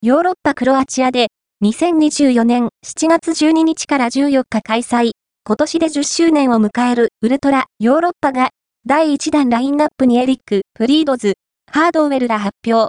ヨーロッパクロアチアで、2024年7月12日から14日開催、今年で10周年を迎えるウルトラヨーロッパが、第1弾ラインナップにエリック・プリードズ、ハードウェルら発表。